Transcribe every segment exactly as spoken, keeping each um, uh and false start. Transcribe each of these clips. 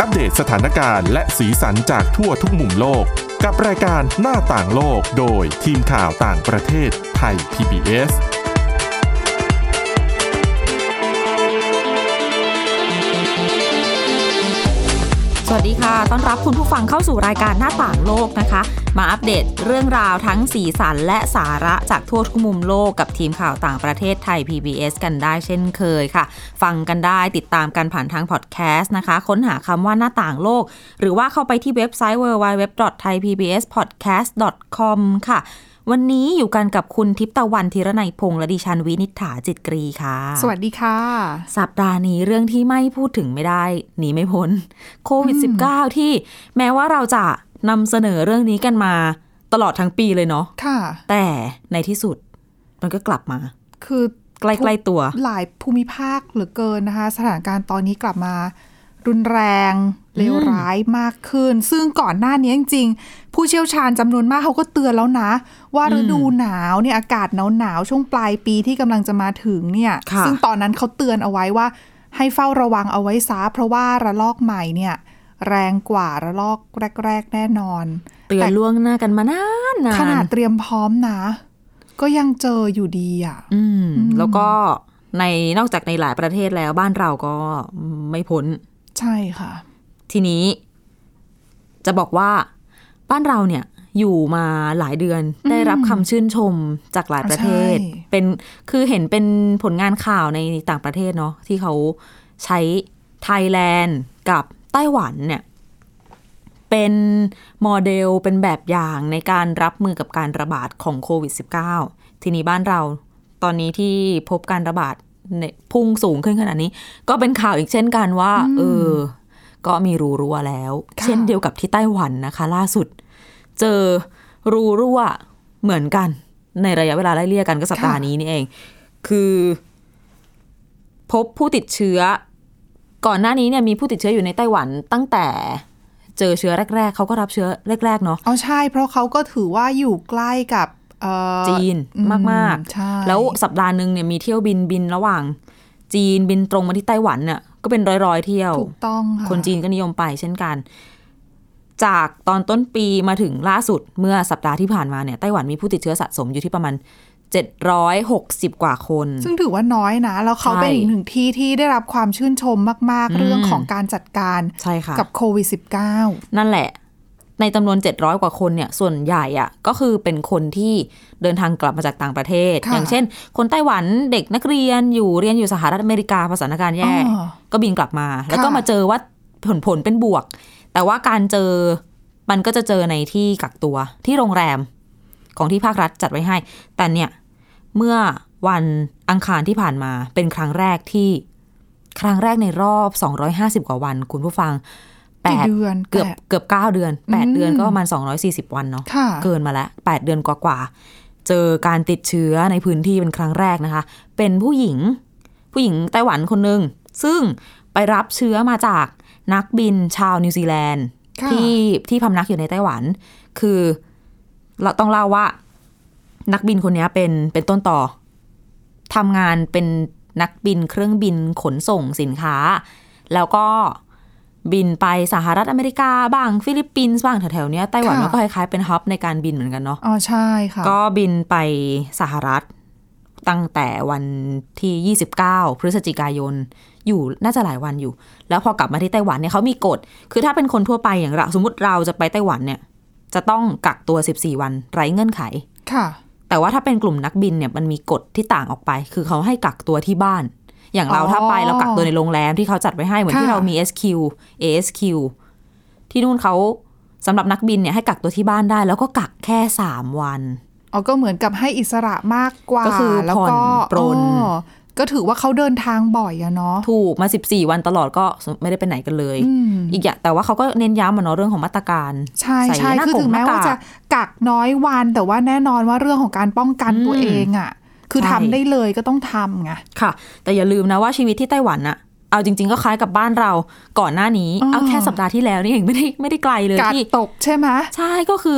อัปเดตสถานการณ์และสีสันจากทั่วทุกมุมโลกกับรายการหน้าต่างโลกโดยทีมข่าวต่างประเทศไทย พี บี เอสสวัสดีค่ะต้อนรับคุณผู้ฟังเข้าสู่รายการหน้าต่างโลกนะคะมาอัปเดตเรื่องราวทั้งสีสันและสาระจากทั่วทุกมุมโลกกับทีมข่าวต่างประเทศไทย พี บี เอส กันได้เช่นเคยค่ะฟังกันได้ติดตามกันผ่านทางพอดแคสต์นะคะค้นหาคำว่าหน้าต่างโลกหรือว่าเข้าไปที่เว็บไซต์ ดับเบิลยู ดับเบิลยู ดับเบิลยู ดอท ไทย พี บี เอส พอดแคสต์ ดอท คอม ค่ะวันนี้อยู่กันกับคุณทิพย์ตะวันธีรนัยพงษ์และดิฉันวินิษฐาจิตกรีค่ะสวัสดีค่ะสัปดาห์นี้เรื่องที่ไม่พูดถึงไม่ได้หนีไม่พ้นโควิด สิบเก้า ที่แม้ว่าเราจะนำเสนอเรื่องนี้กันมาตลอดทั้งปีเลยเนาะค่ะแต่ในที่สุดมันก็กลับมาคือใกล้ๆตัวหลายภูมิภาคเหลือเกินนะคะสถานการณ์ตอนนี้กลับมารุนแรงเลวร้ายมากขึ้นซึ่งก่อนหน้านี้จริงๆผู้เชี่ยวชาญจำนวนมากเขาก็เตือนแล้วนะว่าฤดูหนาวเนี่ยอากาศหนาวๆช่วงปลายปีที่กำลังจะมาถึงเนี่ยซึ่งตอนนั้นเขาเตือนเอาไว้ว่าให้เฝ้าระวังเอาไว้ซะเพราะว่าระลอกใหม่เนี่ยแรงกว่าระลอกแรกๆแน่นอนเตือนล่วงหน้ากันมานานๆขนาดเตรียมพร้อมนะก็ยังเจออยู่ดีอ่ะอืมแล้วก็ในนอกจากในหลายประเทศแล้วบ้านเราก็ไม่พ้นใช่ค่ะทีนี้จะบอกว่าบ้านเราเนี่ยอยู่มาหลายเดือนได้รับคำชื่นชมจากหลายประเทศเป็นคือเห็นเป็นผลงานข่าวในต่างประเทศเนาะที่เขาใช้ไทยแลนด์กับไต้หวันเนี่ยเป็นโมเดลเป็นแบบอย่างในการรับมือกับการระบาดของโควิด สิบเก้า ทีนี้บ้านเราตอนนี้ที่พบการระบาดพุ่งสูงขึ้นขนาดนี้ก็เป็นข่าวอีกเช่นกันว่าเออก็มีรูรั่วแล้วเช่นเดียวกับที่ไต้หวันนะคะล่าสุดเจอรูรั่วเหมือนกันในระยะเวลาไล่เลี่ยกันก็สัปดาห์นี้นี่เองคือพบผู้ติดเชื้อก่อนหน้านี้เนี่ยมีผู้ติดเชื้ออยู่ในไต้หวันตั้งแต่เจอเชื้อแรกๆเขาก็รับเชื้อแรกๆเนาะอ๋อใช่เพราะเขาก็ถือว่าอยู่ใกล้กับจีนมากๆแล้วสัปดาห์นึงเนี่ยมีเที่ยวบินบินระหว่างจีนบินตรงมาที่ไต้หวันเนี่ยก็เป็นร้อยๆเที่ยวถูกต้องค่ะคนจีนก็นิยมไปเช่นกันจากตอนต้นปีมาถึงล่าสุดเมื่อสัปดาห์ที่ผ่านมาเนี่ยไต้หวันมีผู้ติดเชื้อสะสมอยู่ที่ประมาณเจ็ดร้อยหกสิบกว่าคนซึ่งถือว่าน้อยนะแล้วเขาเป็นอีกหนึ่งที่ที่ได้รับความชื่นชมมากๆเรื่องของการจัดการกับโควิด สิบเก้านั่นแหละในจำนวนเจ็ดร้อยกว่าคนเนี่ยส่วนใหญ่อะก็คือเป็นคนที่เดินทางกลับมาจากต่างประเทศอย่างเช่นคนไต้หวันเด็กนักเรียนอยู่เรียนอยู่สหรัฐอเมริกาสถานการณ์แย่ก็บินกลับมาแล้วก็มาเจอว่าผลผลเป็นบวกแต่ว่าการเจอมันก็จะเจอในที่กักตัวที่โรงแรมของที่ภาครัฐจัดไว้ให้แต่เนี่ยเมื่อวันอังคารที่ผ่านมาเป็นครั้งแรกที่ครั้งแรกในรอบสองร้อยห้าสิบกว่าวันคุณผู้ฟังแปดเดือนเกือบเกือบเก้าเดือนแปดเดือนก็ประมาณสองร้อยสี่สิบวันเนาะเกินมาแล้วแปดเดือนกว่าๆเจอการติดเชื้อในพื้นที่เป็นครั้งแรกนะคะเป็นผู้หญิงผู้หญิงไต้หวันคนนึงซึ่งไปรับเชื้อมาจากนักบินชาวนิวซีแลนด์ที่ที่พำนักอยู่ในไต้หวันคือเราต้องเล่าว่านักบินคนนี้เป็นเป็นต้นต่อทำงานเป็นนักบินเครื่องบินขนส่งสินค้าแล้วก็บินไปสหรัฐอเมริกาบ้างฟิลิปปินส์บ้างแถวๆนี้ไต้หวันมันก็คล้ายๆเป็นฮับในการบินเหมือนกันเนาะอ๋อใช่ค่ะก็บินไปสหรัฐตั้งแต่วันที่ยี่สิบเก้าพฤศจิกายนอยู่น่าจะหลายวันอยู่แล้วพอกลับมาที่ไต้หวันเนี่ยเขามีกฎคือถ้าเป็นคนทั่วไปอย่างเราสมมุติเราจะไปไต้หวันเนี่ยจะต้องกักตัวสิบสี่วันไร้เงื่อนไขค่ะแต่ว่าถ้าเป็นกลุ่มนักบินเนี่ยมันมีกฎที่ต่างออกไปคือเขาให้กักตัวที่บ้านอย่างเราถ้าไปเรากักตัวในโรงแรมที่เขาจัดไว้ให้เหมือนที่เรามี เอส คิว เอ เอส คิว ที่นู่นเขาสำหรับนักบินเนี่ยให้กักตัวที่บ้านได้แล้วก็กักแค่สามวันอ๋อก็เหมือนกับให้อิสระมากกว่าก็คือแล้วก็ปรนก็ถือว่าเขาเดินทางบ่อยอะเนาะถูกมาสิบสี่วันตลอดก็ไม่ได้ไปไหนกันเลยอีกอย่างแต่ว่าเขาก็เน้นย้ำเนาะเรื่องของมาตรการใช่ใช่คือถึงแม้ว่าจะกักน้อยวันแต่ว่าแน่นอนว่าเรื่องของการป้องกันตัวเองอะคือทำได้เลยก็ต้องทำไงค่ะแต่อย่าลืมนะว่าชีวิตที่ไต้หวันอะเอาจริงๆก็คล้ายกับบ้านเราก่อนหน้านี้เอาแค่สัปดาห์ที่แล้วนี่เองไม่ได้ไม่ได้ไกลเลยที่ตกใช่ไหมใช่ก็คือ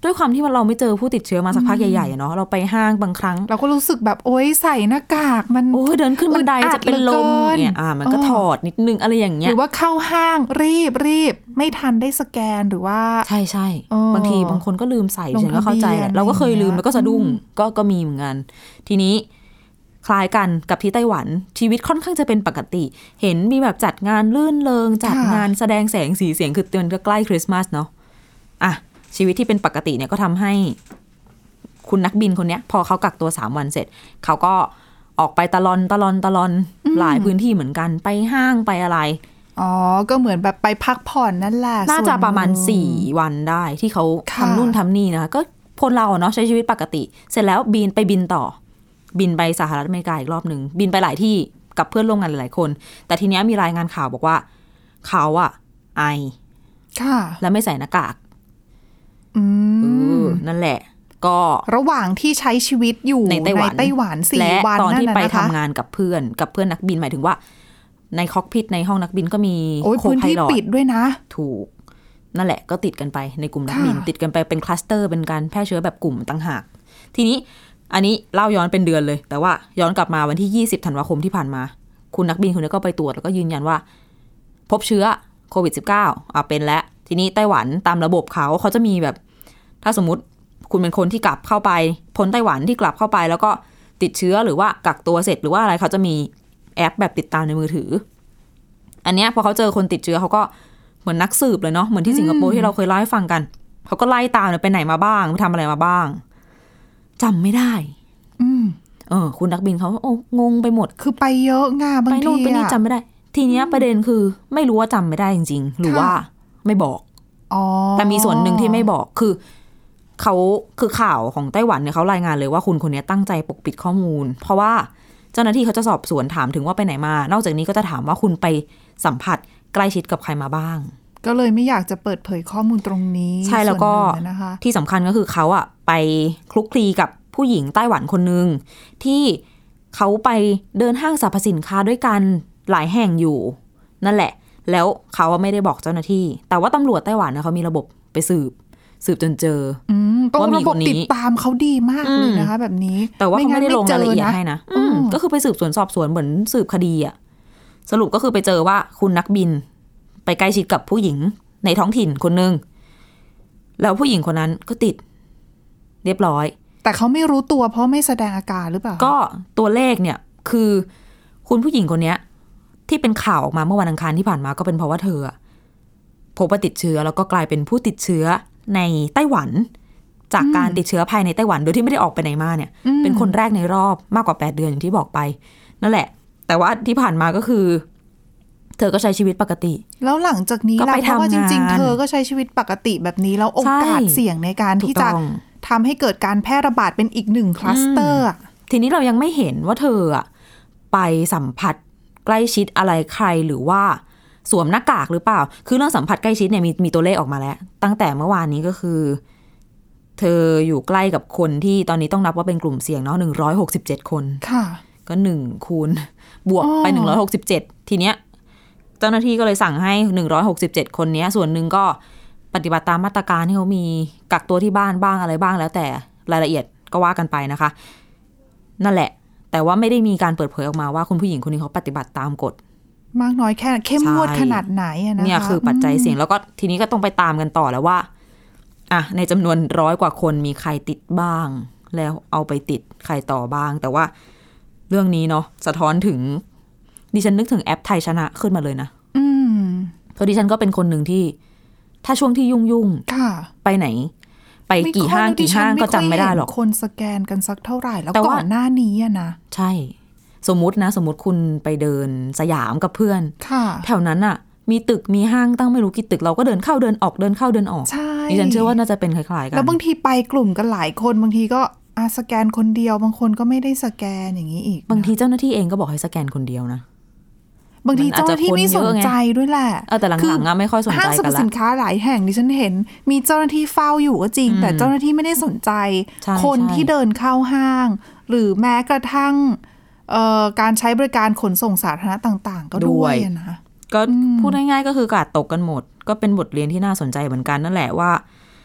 ด้วยความที่ว่าเราไม่เจอผู้ติดเชื้อมาสักพักใหญ่ๆเนาะเราไปห้างบางครั้งเราก็รู้สึกแบบโอ๊ยใส่หน้ากากมันโอ้ยเดินขึ้นบันไดจะเป็นลมเนี่ยอ่ามันก็ถอดนิดนึงอะไรอย่างเงี้ยหรือว่าเข้าห้างรีบรีบไม่ทันได้สแกนหรือว่าใช่ใช่บางทีบางคนก็ลืมใส่ฉันก็เข้าใจเราก็เคยลืมแล้วก็สะดุ้งก็ก็มีเหมือนกันทีนี้คล้ายกันกับที่ไต้หวันชีวิตค่อนข้างจะเป็นปกติเห็นมีแบบจัดงานลื่นเริงจัดงานแสดงแสงสีเสียงคือมันก็ใกล้คริสต์มาสเนาะอ่ะชีวิตที่เป็นปกติเนี่ยก็ทำให้คุณนักบินคนนี้พอเขากักตัวสามวันเสร็จเขาก็ออกไปตะลอนตะลอนตะลอนหลายพื้นที่เหมือนกันไปห้างไปอะไรอ๋อก็เหมือนแบบไปพักผ่อนนั่นแหละน่าจะประมาณสี่วันได้ที่เขาทำนู่นทำนี่นะคะก็คนเราเนาะใช้ชีวิตปกติเสร็จแล้วบินไปบินต่อบินไปสหรัฐอเมริกาอีกรอบหนึ่งบินไปหลายที่กับเพื่อนร่วมงานหลายๆคนแต่ทีนี้มีรายงานข่าวบอกว่าเขาอะไอและไม่ใส่หน้ากากอืมนั่นแหละก็ระหว่างที่ใช้ชีวิตอยู่ในไต้หวันไต้หวันสี่วันและตอนที่ไปทำงานกับเพื่อนกับเพื่อนนักบินหมายถึงว่าในคอกพิทในห้องนักบินก็มีโคไพลอตปิดด้วยนะถูกนั่นแหละก็ติดกันไปในกลุ่มนักบินติดกันไปเป็นคลัสเตอร์เป็นการแพร่เชื้อแบบกลุ่มต่างหากทีนี้อันนี้เล่าย้อนเป็นเดือนเลยแต่ว่าย้อนกลับมาวันที่ยี่สิบธันวาคมที่ผ่านมาคุณนักบินคนนี้ก็ไปตรวจแล้วก็ยืนยันว่าพบเชื้อโควิด สิบเก้า อ่ะเป็นแล้วทีนี้ไต้หวันตามระบบเขาเขาจะมีแบบถ้าสมมติคุณเป็นคนที่กลับเข้าไปพ้นไต้หวันที่กลับเข้าไปแล้วก็ติดเชื้อหรือว่ากักตัวเสร็จหรือว่าอะไรเขาจะมีแอปแบบติดตามในมือถืออันเนี้ยพอเขาเจอคนติดเชื้อเขาก็เหมือนนักสืบเลยเนาะเหมือนที่สิงคโปร์ที่เราเคยเล่าให้ฟังกันเขาก็ไล่ตามไปไหนมาบ้างไปทำอะไรมาบ้างจำไม่ได้อืมเออคุณนักบินเขาโอ้งงไปหมดคือไปเยอะง่าบางทีไปโน่นไปนี่จำไม่ได้ทีเนี้ยประเด็นคือไม่รู้ว่าจำไม่ได้จริงๆหรือว่าไม่บอกอ๋อแต่มีส่วนหนึ่งที่ไม่บอกคือเขาคือข่าวของไต้หวันเนี่ยเขารายงานเลยว่าคุณคนนี้ตั้งใจปกปิดข้อมูลเพราะว่าเจ้าหน้าที่เขาจะสอบสวนถามถึงว่าไปไหนมานอกจากนี้ก็จะถามว่าคุณไปสัมผัสใกล้ชิดกับใครมาบ้างก็เลยไม่อยากจะเปิดเผยข้อมูลตรงนี้ใช่แล้วก็ที่สำคัญก็คือเขาอะไปคลุกคลีกับผู้หญิงไต้หวันคนนึงที่เขาไปเดินห้างสรรพสินค้าด้วยกันหลายแห่งอยู่นั่นแหละแล้วเขาไม่ได้บอกเจ้าหน้าที่แต่ว่าตำรวจไต้หวันนะเขามีระบบไปสืบสืบจนเจอว่ามีคนนี้ติดตามเขาดีมากเลยนะคะแบบนี้แต่ว่าเขาไม่ได้ลงรายละเอียดให้นะก็คือไปสืบสวนสอบสวนเหมือนสืบคดีอะสรุปก็คือไปเจอว่าคุณนักบินไปใกล้ชิดกับผู้หญิงในท้องถิ่นคนนึงแล้วผู้หญิงคนนั้นก็ติดเรียบร้อยแต่เขาไม่รู้ตัวเพราะไม่แสดงอาการหรือเปล่าก็ตัวเลขเนี่ยคือคุณผู้หญิงคนนี้ที่เป็นข่าวออกมาเมื่อวันอังคารที่ผ่านมาก็เป็นเพราะว่าเธอพบว่าติดเชื้อแล้วก็กลายเป็นผู้ติดเชื้อในไต้หวันจากการติดเชื้อภายในไต้หวันโดยที่ไม่ได้ออกไปไหนมาเนี่ยเป็นคนแรกในรอบมากกว่าแปดเดือนอย่างที่บอกไปนั่นแหละแต่ว่าที่ผ่านมาก็คือเธอก็ใช้ชีวิตปกติแล้วหลังจากนี้ล่ะเพราะว่าจริงๆเธอก็ใช้ชีวิตปกติแบบนี้แล้วโอกาสเสี่ยงในการที่จะทำให้เกิดการแพร่ระบาดเป็นอีกหนึ่งคลัสเตอร์ทีนี้เรายังไม่เห็นว่าเธอไปสัมผัสใกล้ชิดอะไรใครหรือว่าสวมหน้ากากหรือเปล่าคือเรื่องสัมผัสใกล้ชิดเนี่ยมีมีตัวเลขออกมาแล้วตั้งแต่เมื่อวานนี้ก็คือเธออยู่ใกล้กับคนที่ตอนนี้ต้องนับว่าเป็นกลุ่มเสี่ยงเนาะหนึ่งร้อยหกสิบเจ็ดคนค่ะก็หนึ่งคูณบวกไปหนึ่งร้อยหกสิบเจ็ดทีเนี้ยเจ้าหน้าที่ก็เลยสั่งให้หนึ่งร้อยหกสิบเจ็ดคนนี้ส่วนหนึ่งก็ปฏิบัติตามมาตรการที่เขามีกักตัวที่บ้านบ้างอะไรบ้างแล้วแต่รายละเอียดก็ว่ากันไปนะคะนั่นแหละแต่ว่าไม่ได้มีการเปิดเผยออกมาว่าคุณผู้หญิงคนนี้เขาปฏิบัติตามกฎมากน้อยแค่เข้มงวดขนาดไหนนะคะเนี่ยคือปัจจัยเสี่ยงแล้วก็ทีนี้ก็ต้องไปตามกันต่อแล้วว่าอ่ะในจำนวนร้อยกว่าคนมีใครติดบ้างแล้วเอาไปติดใครต่อบ้างแต่ว่าเรื่องนี้เนาะสะท้อนถึงดิฉันนึกถึงแอปไทยชนะขึ้นมาเลยนะอืมเพราะดิฉันก็เป็นคนหนึ่งที่ถ้าช่วงที่ยุ่งยุ่งไปไหนไปกี่ห้างกี่ห้างก็จำไม่ได้หรอกคนสแกนกันสักเท่าไหร่แล้วก่อนหน้านี้อะนะใช่สมมุตินะสมมุติคุณไปเดินสยามกับเพื่อนแถวนั้นอะมีตึกมีห้างตั้งไม่รู้กี่ตึกเราก็เดินเข้าเดินออกเดินเข้าเดินออกดิฉันเชื่อว่าน่าจะเป็นคล้ายๆกันแล้วบางทีไปกลุ่มกันหลายคนบางทีก็อาสแกนคนเดียวบางคนก็ไม่ได้สแกนอย่างนี้อีกบางทีเจ้าหน้าที่เองก็บอกให้สแกนคนเดียวนะบางทีเจ้าหน้าที่ไม่สนใจด้วยแหละเออแต่หลังๆไม่ค่อยสนใจกันละห้างสรรพสินค้าหลายแห่งดิฉันเห็นมีเจ้าหน้าที่เฝ้าอยู่ก็จริงแต่เจ้าหน้าที่ไม่ได้สนใจคนที่เดินเข้าห้างหรือแม้กระทั่งการใช้บริการขนส่งสาธารณะต่างๆก็ด้วยนะก็พูดง่ายๆก็คือกาดตกกันหมดก็เป็นบทเรียนที่น่าสนใจเหมือนกันนั่นแหละว่า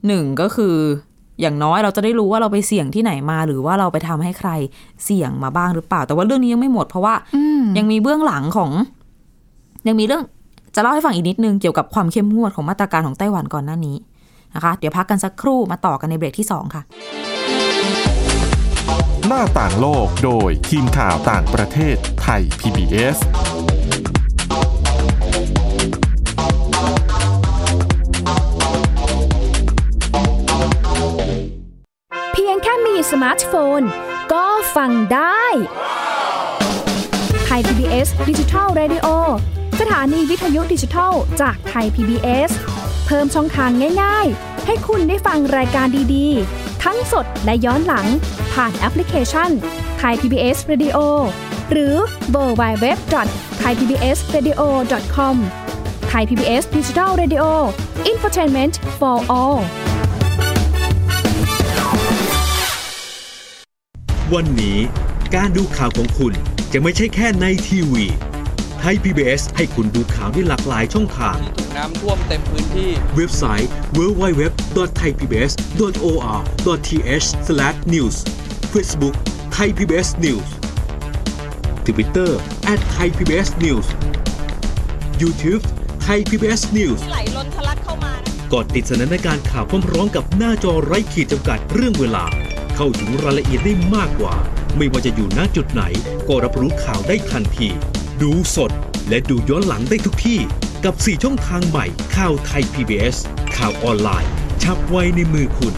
หนึ่งก็คืออย่างน้อยเราจะได้รู้ว่าเราไปเสี่ยงที่ไหนมาหรือว่าเราไปทำให้ใครเสี่ยงมาบ้างหรือเปล่าแต่ว่าเรื่องนี้ยังไม่หมดเพราะว่ายังมีเบื้องหลังของยังมีเรื่องจะเล่าให้ฟังอีกนิดนึงเกี่ยวกับความเข้มงวดของมาตรการของไต้หวันก่อนหน้านี้นะคะเดี๋ยวพักกันสักครู่มาต่อกันในเบรกที่สองค่ะหน้าต่างโลกโดยทีมข่าวต่างประเทศไทย พี บี เอสเพียงแค่มีสมาร์ทโฟนก็ฟังได้ไทย พี บี เอส Digital Radio สถานีวิทยุดิจิทัลจากไทย พี บี เอส เพิ่มช่องทางง่ายๆให้คุณได้ฟังรายการดีๆทั้งสดและย้อนหลังผ่านแอปพลิเคชัน Thai พี บี เอส Radio หรือ ดับเบิลยู ดับเบิลยู ดับเบิลยู ดอท ไทยพีบีเอสเรดิโอ ดอท คอม Thai พี บี เอส Digital Radio Infotainment for all วันนี้การดูข่าวของคุณจะไม่ใช่แค่ในทีวีไทย พี บี เอส ให้คุณดูข่าวได้หลากหลายช่องทางถูกน้ำท่วมเต็มพื้นที่เว็บไซต์ ดับเบิลยู ดับเบิลยู ดับเบิลยู ดอท ไทยพีบีเอส ดอท โอ อาร์ ดอท ที เอช สแลช นิวส์ Facebook Thai พี บี เอส News Twitter แอท ไทยพีบีเอสนิวส์ YouTube Thai พี บี เอส News ไหลล้นทะลักเข้ามานะกดติดสนันในการข่าวพร้อมๆกับหน้าจอไร้ขีดจำกัดเรื่องเวลาเข้าถึงรายละเอียดได้มากกว่าไม่ว่าจะอยู่ณจุดไหนก็รับรู้ข่าวได้ทันทีดูสดและดูย้อนหลังได้ทุกที่กับสี่ช่องทางใหม่ข่าวไทย พี บี เอส ข่าวออนไลน์ฉับไวในมือคุณ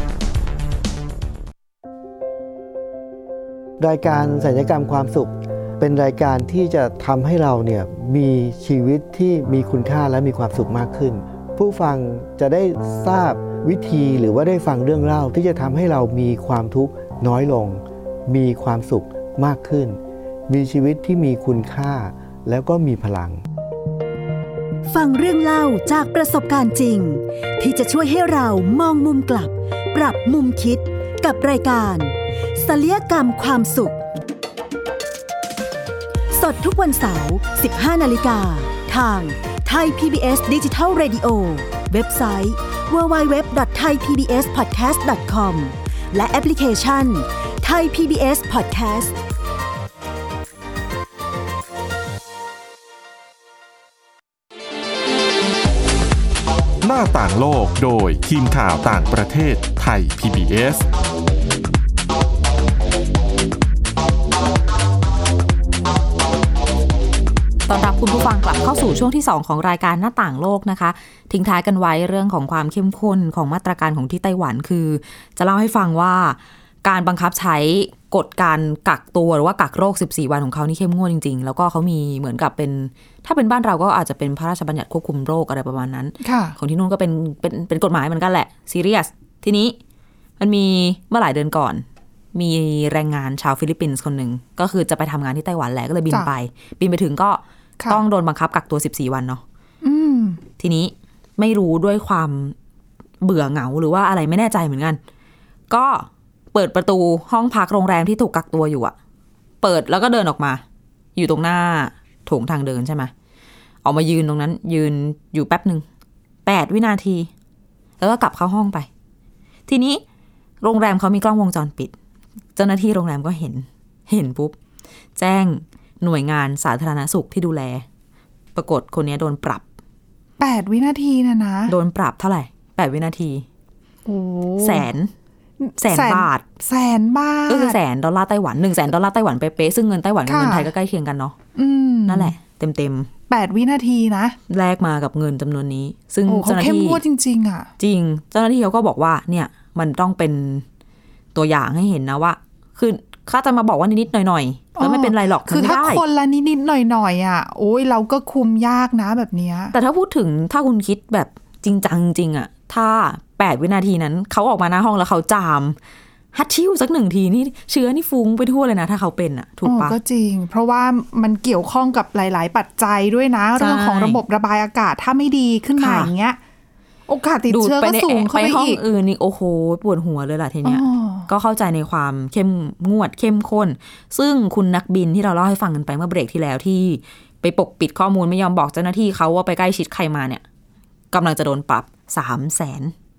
รายการสัญญกรรมความสุขเป็นรายการที่จะทำให้เราเนี่ยมีชีวิตที่มีคุณค่าและมีความสุขมากขึ้นผู้ฟังจะได้ทราบวิธีหรือว่าได้ฟังเรื่องเล่าที่จะทำให้เรามีความทุกข์น้อยลงมีความสุขมากขึ้นมีชีวิตที่มีคุณค่าแล้วก็มีพลังฟังเรื่องเล่าจากประสบการณ์จริงที่จะช่วยให้เรามองมุมกลับปรับมุมคิดกับรายการศัลยกรรมความสุขสดทุกวันเสาร์ สิบห้านาฬิกา ทาง Thai พี บี เอส Digital Radio เว็บไซต์ ดับเบิลยู ดับเบิลยู ดับเบิลยู ดอท ไทยพีบีเอสพอดแคสต์ ดอท คอม และแอปพลิเคชัน Thai พี บี เอส Podcast หน้าต่างโลกโดยทีมข่าวต่างประเทศไทย พี บี เอสต้อนรับคุณผู้ฟังกลับเข้าสู่ช่วงที่สองของรายการหน้าต่างโลกนะคะทิ้งท้ายกันไว้เรื่องของความเข้มข้นของมาตรการของที่ไต้หวันคือจะเล่าให้ฟังว่าการบังคับใช้กฎการกักตัวหรือว่ากักโรคสิบสี่วันของเขานี่เข้มงวดจริงๆแล้วก็เขามีเหมือนกับเป็นถ้าเป็นบ้านเราก็อาจจะเป็นพระราชบัญญัติควบคุมโรคอะไรประมาณนั้นของที่นู่นก็เป็นเป็นเป็นกฎหมายเหมือนกันแหละซีเรียสทีนี้มันมีเมื่อหลายเดือนก่อนมีแรงงานชาวฟิลิปปินส์คนหนึ่งก็คือจะไปทำงานที่ไต้หวันแหละก็เลยบินไปบินไปถึงก็ต้องโดนบังคับกักตัวสิบสี่วันเนาะทีนี้ไม่รู้ด้วยความเบื่อเหงาหรือว่าอะไรไม่แน่ใจเหมือนกันก็เปิดประตูห้องพักโรงแรมที่ถูกกักตัวอยู่อะเปิดแล้วก็เดินออกมาอยู่ตรงหน้าโถงทางเดินใช่ไหมออกมายืนตรงนั้นยืนอยู่แป๊บหนึ่งแปดวินาทีแล้วก็กลับเข้าห้องไปทีนี้โรงแรมเขามีกล้องวงจรปิดเจ้าหน้าที่โรงแรมก็เห็นเห็นปุ๊บแจ้งหน่วยงานสาธารณสุขที่ดูแลปรากฏคนนี้โดนปรับแปดวินาทีนะนะโดนปรับเท่าไหร่แปดวินาทีโอ้แสนแสนบาทแสนบาทก็คือแสนดอลลาร์ไต้หวันหนึ่งแสนดอลลาร์ไต้หวันเป๊ะๆซึ่งเงินไต้หวันกับเงินไทยก็ใกล้เคียงกันเนาะนั่นแหละเต็มๆแปดวินาทีนะแลกมากับเงินจำนวนนี้ซึ่งเจ้าหน้าที่เข้มงวดจริงๆอ่ะจริงเจ้าหน้าที่เขาก็บอกว่าเนี่ยมันต้องเป็นตัวอย่างให้เห็นนะว่าคือข้าจะมาบอกว่านิดๆหน่อยๆแล้วไม่เป็นไรหรอกคือถ้าคนละนิดๆหน่อยๆอ่ะโอ้ยเราก็คุมยากนะแบบเนี้ยแต่ถ้าพูดถึงถ้าคุณคิดแบบจริงจังจริงอ่ะถ้าแปดวินาทีนั้นเขาออกมาหน้าห้องแล้วเขาจามฮัตชิวสักหนึ่งทีนี่เชื้อนี่ฟุ้งไปทั่วเลยนะถ้าเขาเป็นอ่ะถูกปะก็จริงเพราะว่ามันเกี่ยวข้องกับหลายๆปัจจัยด้วยนะเรื่องของระบบระบายอากาศถ้าไม่ดีขึ้นมาอย่างเงี้ยโอกาสติดเชื้อก็สูงเข้าไปอีกไปห้องอื่นนี่โอ้โหปวดหัวเลยล่ะทีเนี้ยก็เข้าใจในความเข้มงวดเข้มข้นซึ่งคุณนักบินที่เราเล่าให้ฟังกันไปเมื่อเบรกที่แล้วที่ไปปกปิดข้อมูลไม่ยอมบอกเจ้าหน้าที่เขาว่าไปใกล้ชิดใครมาเนี่ยกำลังจะโดนปรับสามแสน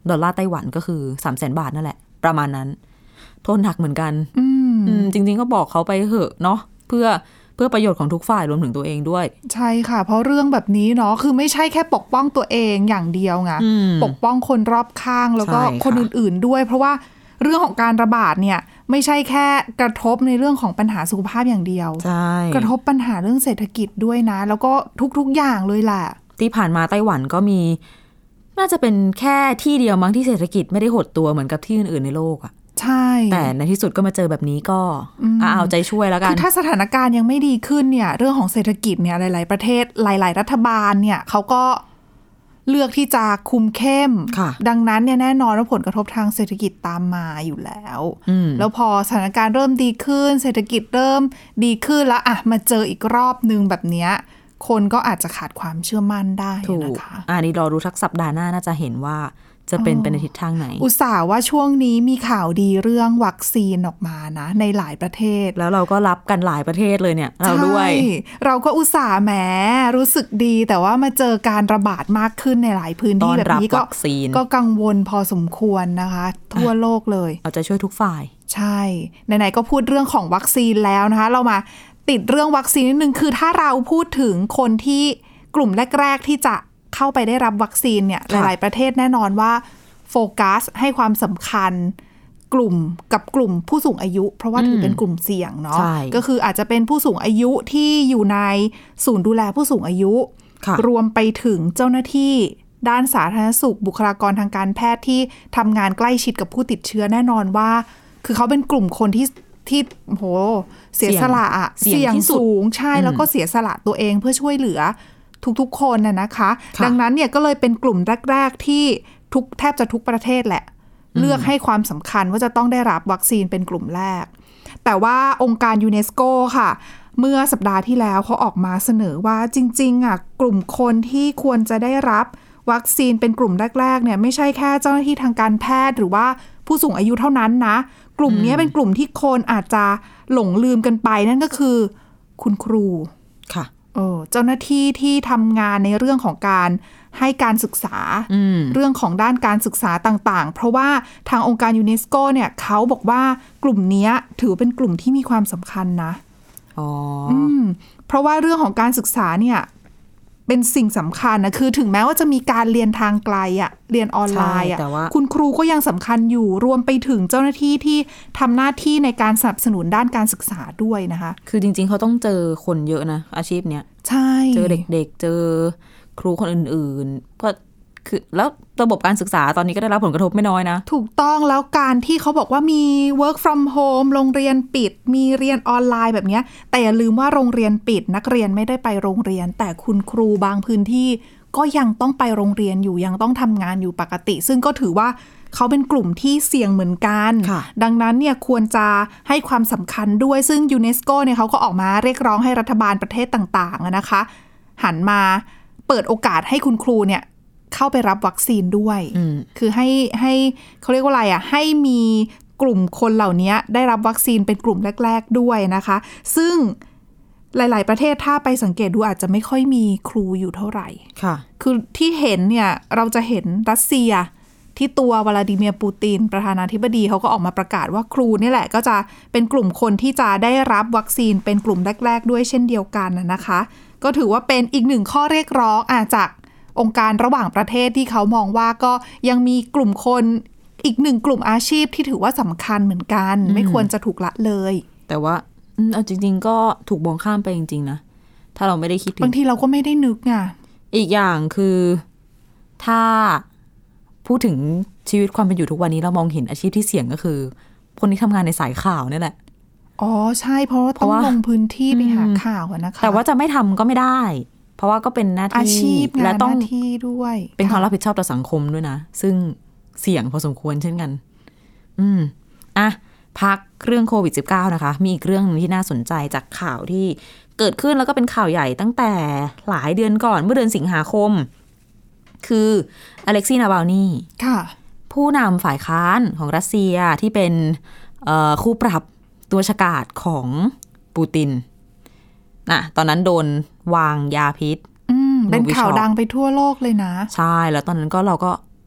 ดอลลาร์ไต้หวันก็คือ สามแสน บาทนั่นแหละประมาณนั้นโทษหนักเหมือนกันอืมอืมจริงๆก็บอกเขาไปเหอะเนาะเพื่อเพื่อประโยชน์ของทุกฝ่ายรวมถึงตัวเองด้วยใช่ค่ะเพราะเรื่องแบบนี้เนาะคือไม่ใช่แค่ปกป้องตัวเองอย่างเดียวไงปกป้องคนรอบข้างแล้วก็คนอื่นๆด้วยเพราะว่าเรื่องของการระบาดเนี่ยไม่ใช่แค่กระทบในเรื่องของปัญหาสุขภาพอย่างเดียวกระทบปัญหาเรื่องเศรษฐกิจด้วยนะแล้วก็ทุกๆอย่างเลยแหละที่ผ่านมาไต้หวันก็มีน่าจะเป็นแค่ที่เดียวมั้งที่เศรษฐกิจไม่ได้หดตัวเหมือนกับที่อื่นๆในโลกอ่ะใช่แต่ในที่สุดก็มาเจอแบบนี้ก็เอาใจช่วยแล้วกันคือถ้าสถานการณ์ยังไม่ดีขึ้นเนี่ยเรื่องของเศรษฐกิจเนี่ยหลายๆประเทศหลายๆรัฐบาลเนี่ยเขาก็เลือกที่จะคุมเข้มดังนั้นเนี่ยแน่นอนว่าผลกระทบทางเศรษฐกิจตามมาอยู่แล้วแล้วพอสถานการณ์เริ่มดีขึ้นเศรษฐกิจเริ่มดีขึ้นแล้วอ่ะมาเจออีกรอบนึงแบบเนี้ยคนก็อาจจะขาดความเชื่อมั่นได้นะคะอ่านี่รอดูทักสัปดาห์หน้าน่าจะเห็นว่าจะเป็นไปในทิศทางไหนอุตส่าห์ว่าช่วงนี้มีข่าวดีเรื่องวัคซีนออกมานะในหลายประเทศแล้วเราก็รับกันหลายประเทศเลยเนี่ยเราด้วยเราก็อุตส่าห์แหมรู้สึกดีแต่ว่ามาเจอการระบาดมากขึ้นในหลายพื้นที่แบบนี้ก็ก็กังวลพอสมควรนะคะทั่วโลกเลยเอาใจช่วยทุกฝ่ายใช่ไหนๆก็พูดเรื่องของวัคซีนแล้วนะคะเรามาติดเรื่องวัคซีนนิดนึงคือถ้าเราพูดถึงคนที่กลุ่มแรกๆที่จะเข้าไปได้รับวัคซีนเนี่ยหลายๆประเทศแน่นอนว่าโฟกัสให้ความสำคัญกลุ่มกับกลุ่มผู้สูงอายุเพราะว่าถือเป็นกลุ่มเสี่ยงเนาะก็คืออาจจะเป็นผู้สูงอายุที่อยู่ในศูนย์ดูแลผู้สูงอายุรวมไปถึงเจ้าหน้าที่ด้านสาธารณสุขบุคลากรทางการแพทย์ที่ทำงานใกล้ชิดกับผู้ติดเชื้อแน่นอนว่าคือเขาเป็นกลุ่มคนที่ที่โหเสียสละเสี่ยงสูงใช่แล้วก็เสียสละตัวเองเพื่อช่วยเหลือทุกๆคนน่ะนะคะดังนั้นเนี่ยก็เลยเป็นกลุ่มแรกๆที่ทุกแทบจะทุกประเทศแหละเลือกให้ความสำคัญว่าจะต้องได้รับวัคซีนเป็นกลุ่มแรกแต่ว่าองค์การยูเนสโกค่ะเมื่อสัปดาห์ที่แล้วเขาออกมาเสนอว่าจริงๆอ่ะกลุ่มคนที่ควรจะได้รับวัคซีนเป็นกลุ่มแรกๆเนี่ยไม่ใช่แค่เจ้าหน้าที่ทางการแพทย์หรือว่าผู้สูงอายุเท่านั้นนะกลุ่มนี้เป็นกลุ่มที่คนอาจจะหลงลืมกันไปนั่นก็คือคุณครูค่ะเออเจ้าหน้าที่ที่ทำงานในเรื่องของการให้การศึกษาเรื่องของด้านการศึกษาต่างๆเพราะว่าทางองค์การยูเนสโกเนี่ยเขาบอกว่ากลุ่มนี้ถือเป็นกลุ่มที่มีความสำคัญนะอ๋อเพราะว่าเรื่องของการศึกษาเนี่ยเป็นสิ่งสำคัญนะคือถึงแม้ว่าจะมีการเรียนทางไกลอะเรียนออนไลน์อะคุณครูก็ยังสำคัญอยู่รวมไปถึงเจ้าหน้าที่ที่ทำหน้าที่ในการสนับสนุนด้านการศึกษาด้วยนะคะคือจริงๆเขาต้องเจอคนเยอะนะอาชีพเนี้ยใช่เจอเด็กๆเจอครูคนอื่นๆก็คือแล้วระบบการศึกษาตอนนี้ก็ได้รับผลกระทบไม่น้อยนะถูกต้องแล้วการที่เขาบอกว่ามี work from home โรงเรียนปิดมีเรียนออนไลน์แบบนี้แต่อย่าลืมว่าโรงเรียนปิดนักเรียนไม่ได้ไปโรงเรียนแต่คุณครูบางพื้นที่ก็ยังต้องไปโรงเรียนอยู่ยังต้องทำงานอยู่ปกติซึ่งก็ถือว่าเขาเป็นกลุ่มที่เสี่ยงเหมือนกันดังนั้นเนี่ยควรจะให้ความสำคัญด้วยซึ่งยูเนสโกเนี่ยเขาก็ออกมาเรียกร้องให้รัฐบาลประเทศต่างๆนะคะหันมาเปิดโอกาสให้คุณครูเนี่ยเข้าไปรับวัคซีนด้วยคือให้ให้เขาเรียกว่าอะไรอ่ะให้มีกลุ่มคนเหล่านี้ได้รับวัคซีนเป็นกลุ่มแรกๆด้วยนะคะซึ่งหลายๆประเทศถ้าไปสังเกตดูอาจจะไม่ค่อยมีครูอยู่เท่าไหร่ค่ะคือที่เห็นเนี่ยเราจะเห็นรัสเซียที่ตัววลาดิเมียร์ปูตินประธานาธิบดีเขาก็ออกมาประกาศว่าครูนี่แหละก็จะเป็นกลุ่มคนที่จะได้รับวัคซีนเป็นกลุ่มแรกๆด้วยเช่นเดียวกันนะคะก็ถือว่าเป็นอีกหนึ่งข้อเรียกร้องอาจากองค์การระหว่างประเทศที่เขามองว่าก็ยังมีกลุ่มคนอีกหนึ่งกลุ่มอาชีพที่ถือว่าสำคัญเหมือนกันไม่ควรจะถูกละเลยแต่ว่าเอาจริงๆก็ถูกมองข้ามไปจริงๆนะถ้าเราไม่ได้คิดถึงบางทีเราก็ไม่ได้นึกไงอีกอย่างคือถ้าพูดถึงชีวิตความเป็นอยู่ทุกวันนี้เรามองเห็นอาชีพที่เสี่ยงก็คือคนที่ทำงานในสายข่าวนี่แหละอ๋อใช่เพราะว่าต้องลงพื้นที่ไปหาข่าวนะคะแต่ว่าจะไม่ทำก็ไม่ได้เพราะว่าก็เป็นหน้าที่อาชีพและต้องหน้าที่ด้วยเป็นความรับผิดชอบต่อสังคมด้วยนะซึ่งเสี่ยงพอสมควรเช่นกันอืมอ่ะพักเรื่องโควิด สิบเก้า นะคะมีอีกเรื่องนึงที่น่าสนใจจากข่าวที่เกิดขึ้นแล้วก็เป็นข่าวใหญ่ตั้งแต่หลายเดือนก่อนเมื่อเดือนสิงหาคมคืออเล็กซีนาบาลนีค่ะผู้นำฝ่ายค้านของรัสเซียที่เป็นคู่ปรับตัวฉกาจของปูตินน่ะตอนนั้นโดนวางยาพิษเป็นข่าวดังไปทั่วโลกเลยนะใช่แล้วตอนนั้นก็เราก็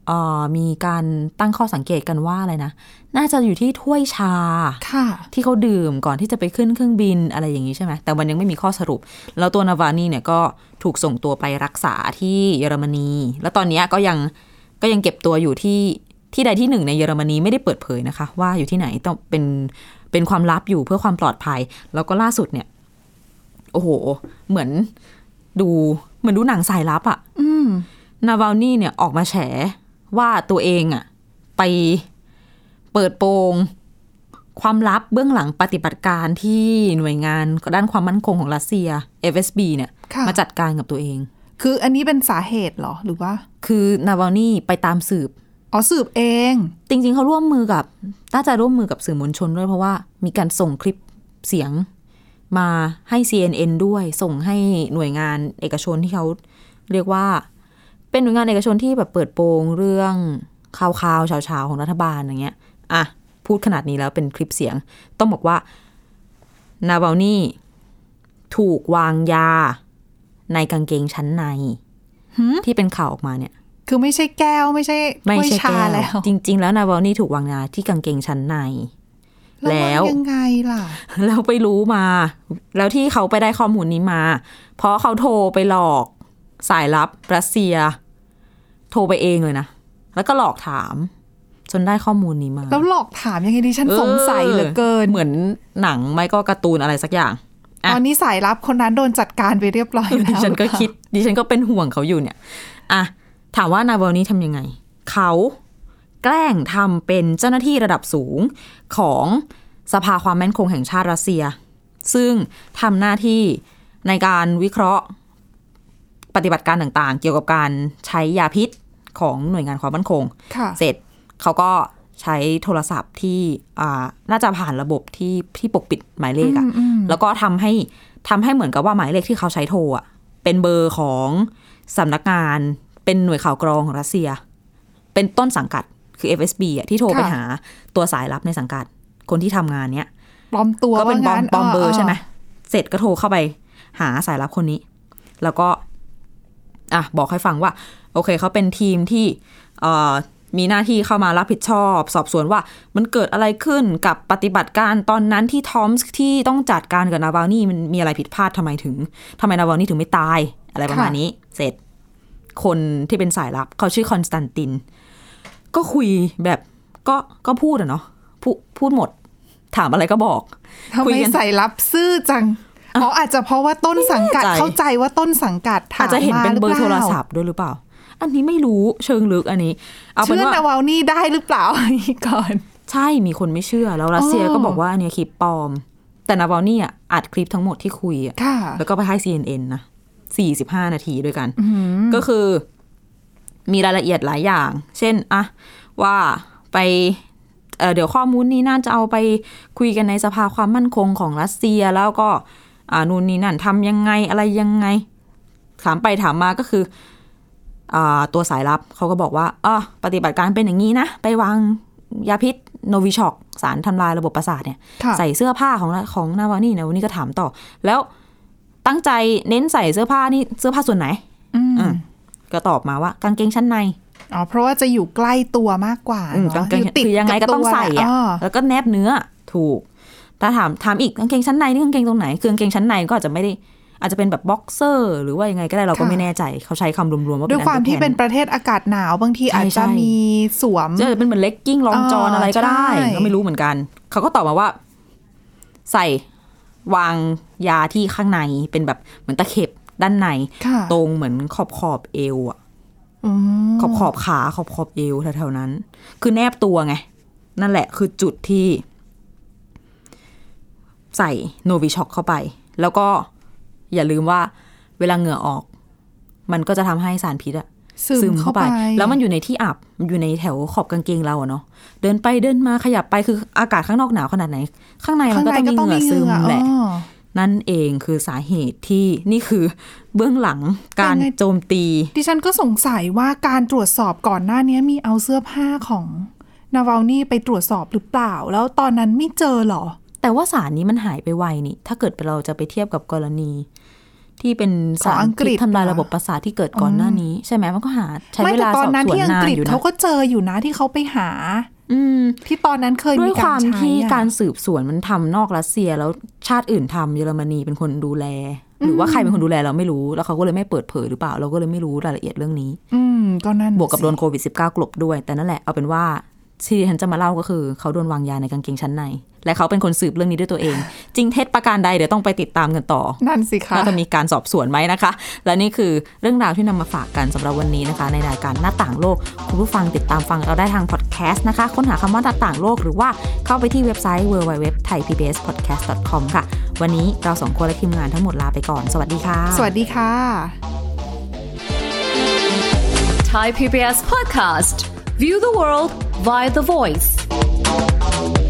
เอ่อมีการตั้งข้อสังเกตกันว่าอะไรนะน่าจะอยู่ที่ถ้วยชาที่เขาดื่มก่อนที่จะไปขึ้นเครื่องบินอะไรอย่างนี้ใช่ไหมแต่มันยังไม่มีข้อสรุปแล้วตัวนาวานีเนี่ยก็ถูกส่งตัวไปรักษาที่เยอรมนีแล้วตอนนี้ก็ยังก็ยังเก็บตัวอยู่ที่ที่ใดที่หนึ่งในเยอรมนีไม่ได้เปิดเผยนะคะว่าอยู่ที่ไหนต้องเป็นเป็นความลับอยู่เพื่อความปลอดภัยแล้วก็ล่าสุดเนี่ยโอ้โหเหมือนดูเหมือนดูหนังสายลับอะนาวานีเนี่ยออกมาแฉว่าตัวเองอะไปเปิดโปงความลับเบื้องหลังปฏิบัติการที่หน่วยงานด้านความมั่นคงของรัสเซีย เอฟ เอส บี เนี่ยมาจัดการกับตัวเองคืออันนี้เป็นสาเหตุเหรอหรือว่าคือนาวานีไปตามสืบอ๋อสืบเองจริงๆเขาร่วมมือกับน่าจะร่วมมือกับสื่อมวลชนด้วยเพราะว่ามีการส่งคลิปเสียงมาให้ ซี เอ็น เอ็น ด้วยส่งให้หน่วยงานเอกชนที่เขาเรียกว่าเป็นหน่วยงานเอกชนที่แบบเปิดโปงเรื่องข่าวๆเช้าๆของรัฐบาลอย่างเงี้ยอ่ะพูดขนาดนี้แล้วเป็นคลิปเสียงต้องบอกว่านาวานีถูกวางยาในกางเกงชั้นในที่เป็นข่าวออกมาเนี่ยคือไม่ใช่แก้วไม่ใช่ไม่ใช่ชาแล้วจริงๆแล้วนาวานีถูกวางยาที่กางเกงชั้นในแล้วยังไงล่ะแล้วไปรู้มาแล้วที่เขาไปได้ข้อมูลนี้มาเพราะเขาโทรไปหลอกสายลับรัสเซียโทรไปเองเลยนะแล้วก็หลอกถามจนได้ข้อมูลนี้มาแล้วหลอกถามยังไงดิฉันสงสัยเหลือเกินเหมือนหนังไม่ก็การ์ตูนอะไรสักอย่างตอนนี้สายลับคนนั้นโดนจัดการไปเรียบร้อยแล้วดิฉันก็คิดดิฉันก็เป็นห่วงเขาอยู่เนี่ยอ่ะถามว่านาวานีทำยังไงเขาแกล้งทำเป็นเจ้าหน้าที่ระดับสูงของสภาความมั่นคงแห่งชาติรัสเซียซึ่งทำหน้าที่ในการวิเคราะห์ปฏิบัติการต่างๆเกี่ยวกับการใช้ยาพิษของหน่วยงานความมั่นคงเสร็จเขาก็ใช้โทรศัพท์ที่อ่าน่าจะผ่านระบบที่ที่ปกปิดหมายเลขอะแล้วก็ทำให้ทำให้เหมือนกับว่าหมายเลขที่เขาใช้โทรอะเป็นเบอร์ของสำนักงานเป็นหน่วยข่าวกรองของรัสเซียเป็นต้นสังกัดคือ เอฟ เอส บี อ่ะที่โทรไปหาตัวสายลับในสังกัดคนที่ทำงานเนี้ยปลอมตัวก็เป็นปลอมปลอมเบอร์ใช่ไหมเสร็จก็โทรเข้าไปหาสายลับคนนี้แล้วก็อ่ะบอกให้ฟังว่าโอเคเขาเป็นทีมที่เอ่อมีหน้าที่เข้ามารับผิดชอบสอบสวนว่ามันเกิดอะไรขึ้นกับปฏิบัติการตอนนั้นที่ทอมส์ที่ต้องจัดการกับนาวานีมันมีอะไรผิดพลาดทำไมถึงทำไมนาวานีถึงไม่ตายอะไรประมาณนี้เสร็จคนที่เป็นสายลับเขาชื่อคอนสแตนตินก็คุยแบบก็ก็พูดอะเนาะพูดพูดหมดถามอะไรก็บอกทำไมสายลับซื่อจังเพราะอาจจะเพราะว่าต้นสังกัดเข้าใจว่าต้นสังกัดอาจจะเห็นเป็นเบอร์โทรศัพท์ด้วยหรือเปล่าอันนี้ไม่รู้เชิงลึกอันนี้เอาเป็นว่านาวานีได้หรือเปล่าก่อนใช่มีคนไม่เชื่อแล้วรัสเซียก็บอกว่าอันนี้คลิปปลอมแต่นาวานีอ่ะอัดคลิปทั้งหมดที่คุยอ่ะแล้วก็ไปให้ ซี เอ็น เอ็น นะสี่สิบห้านาทีด้วยกันก็คือมีรายละเอียดหลายอย่างเช่นอะว่าไป เ, เดี๋ยวข้อมูลนี้น่าจะเอาไปคุยกันในสภาความมั่นคงของรัสเซียแล้วก็นู่นนี่นั่นทำยังไงอะไรยังไงถามไปถามมาก็คือตัวสายลับเขาก็บอกว่าอ๋อปฏิบัติการเป็นอย่างนี้นะไปวางยาพิษโนวิช็อกสารทำลายระบบประสาทเนี่ยใส่เสื้อผ้าของของนาวานีนะวันนี้ก็ถามต่อแล้วตั้งใจเน้นใส่เสื้อผ้านี่เสื้อผ้าส่วนไหนก็ตอบมาว่ากางเกงชั้นในอ๋อเพราะว่าจะอยู่ใกล้ตัวมากกว่าเนาะคือยังไงก็ต้องใส่อ่ะแล้วก็แนบเนื้อถูกถ้าถามถามอีกกางเกงชั้นในนี่กางเกงตรงไหนคือกางเกงชั้นในก็อาจจะไม่ได้อาจจะเป็นแบบบ็อกเซอร์หรือว่ายังไงก็ได้เราก็ไม่แน่ใจเขาใช้คำรวมๆว่าด้วยความที่เป็นประเทศอากาศหนาวบางทีอาจจะมีสวมจะเป็นเหมือนเลกกิ้งรองจอนอะไรก็ได้ก็ไม่รู้เหมือนกันเขาก็ตอบมาว่าใส่วางยาที่ข้างในเป็นแบบเหมือนตะเข็บด้านในตรงเหมือนขอบขอบเอวอ่ะขอบขอบขาขอบขอบเอวแถวๆนั้นคือแนบตัวไงนั่นแหละคือจุดที่ใส่โนวิช็อกเข้าไปแล้วก็อย่าลืมว่าเวลาเหงื่อออกมันก็จะทำให้สารพิษอะซึมเข้าไปแล้วมันอยู่ในที่อับมันอยู่ในแถวขอบกางเกงเราอะเนาะเดินไปเดินมาขยับไปคืออากาศข้างนอกหนาวขนาดไหนข้างในมันก็ต้องมีเหงื่อซึมแหละนั่นเองคือสาเหตุที่นี่คือเบื้องหลังการโจมตีดิฉันก็สงสัยว่าการตรวจสอบก่อนหน้านี้มีเอาเสื้อผ้าของนาวานีไปตรวจสอบหรือเปล่าแล้วตอนนั้นไม่เจอหรอแต่ว่าสารนี้มันหายไปไวนี่ถ้าเกิดเราจะไปเทียบกับกรณีที่เป็นสารพิษทำลายระบบประสาทที่เกิดก่อนหน้านี้ใช่ไหมมันก็หาใช้เวลาสอบสวนนานอยู่นะไม่แต่ตอนนั้นที่อังกฤษเขาก็เจออยู่นะที่เขาไปหาที่ตอนนั้นเคยมีการใช้ด้วยความที่การสืบสวนมันทำนอกรัสเซียแล้วชาติอื่นทำเยอรมนีเป็นคนดูแลหรือว่าใครเป็นคนดูแลเราไม่รู้แล้วเขาก็เลยไม่เปิดเผยหรือเปล่าเราก็เลยไม่รู้รายละเอียดเรื่องนี้อืมก็นั่นบวกกับโดนโควิด สิบเก้า กลบด้วยแต่นั่นแหละเอาเป็นว่าที่ฉันจะมาเล่าก็คือเขาโดนวางยาในกางเกงชั้นในและเขาเป็นคนสืบเรื่องนี้ด้วยตัวเองจริงเท็จประการใดเดี๋ยวต้องไปติดตามกันต่อนั่นสิคะว่าจะมีการสอบสวนไหมนะคะและนี่คือเรื่องราวที่นำมาฝากกันสำหรับวันนี้นะคะในรายการหน้าต่างโลกคุณผู้ฟังติดตามฟังเราได้ทางพอดแคสต์นะคะค้นหาคำว่าหน้าต่างโลกหรือว่าเข้าไปที่เว็บไซต์ ดับเบิลยู ดับเบิลยู ดับเบิลยู ดอท ไทย พี บี เอส พอดแคสต์ ดอท คอม ค่ะวันนี้เราสองคนและทีมงานทั้งหมดลาไปก่อนสวัสดีค่ะสวัสดีค่ะ Thai พี บี เอส Podcast View the world via the voice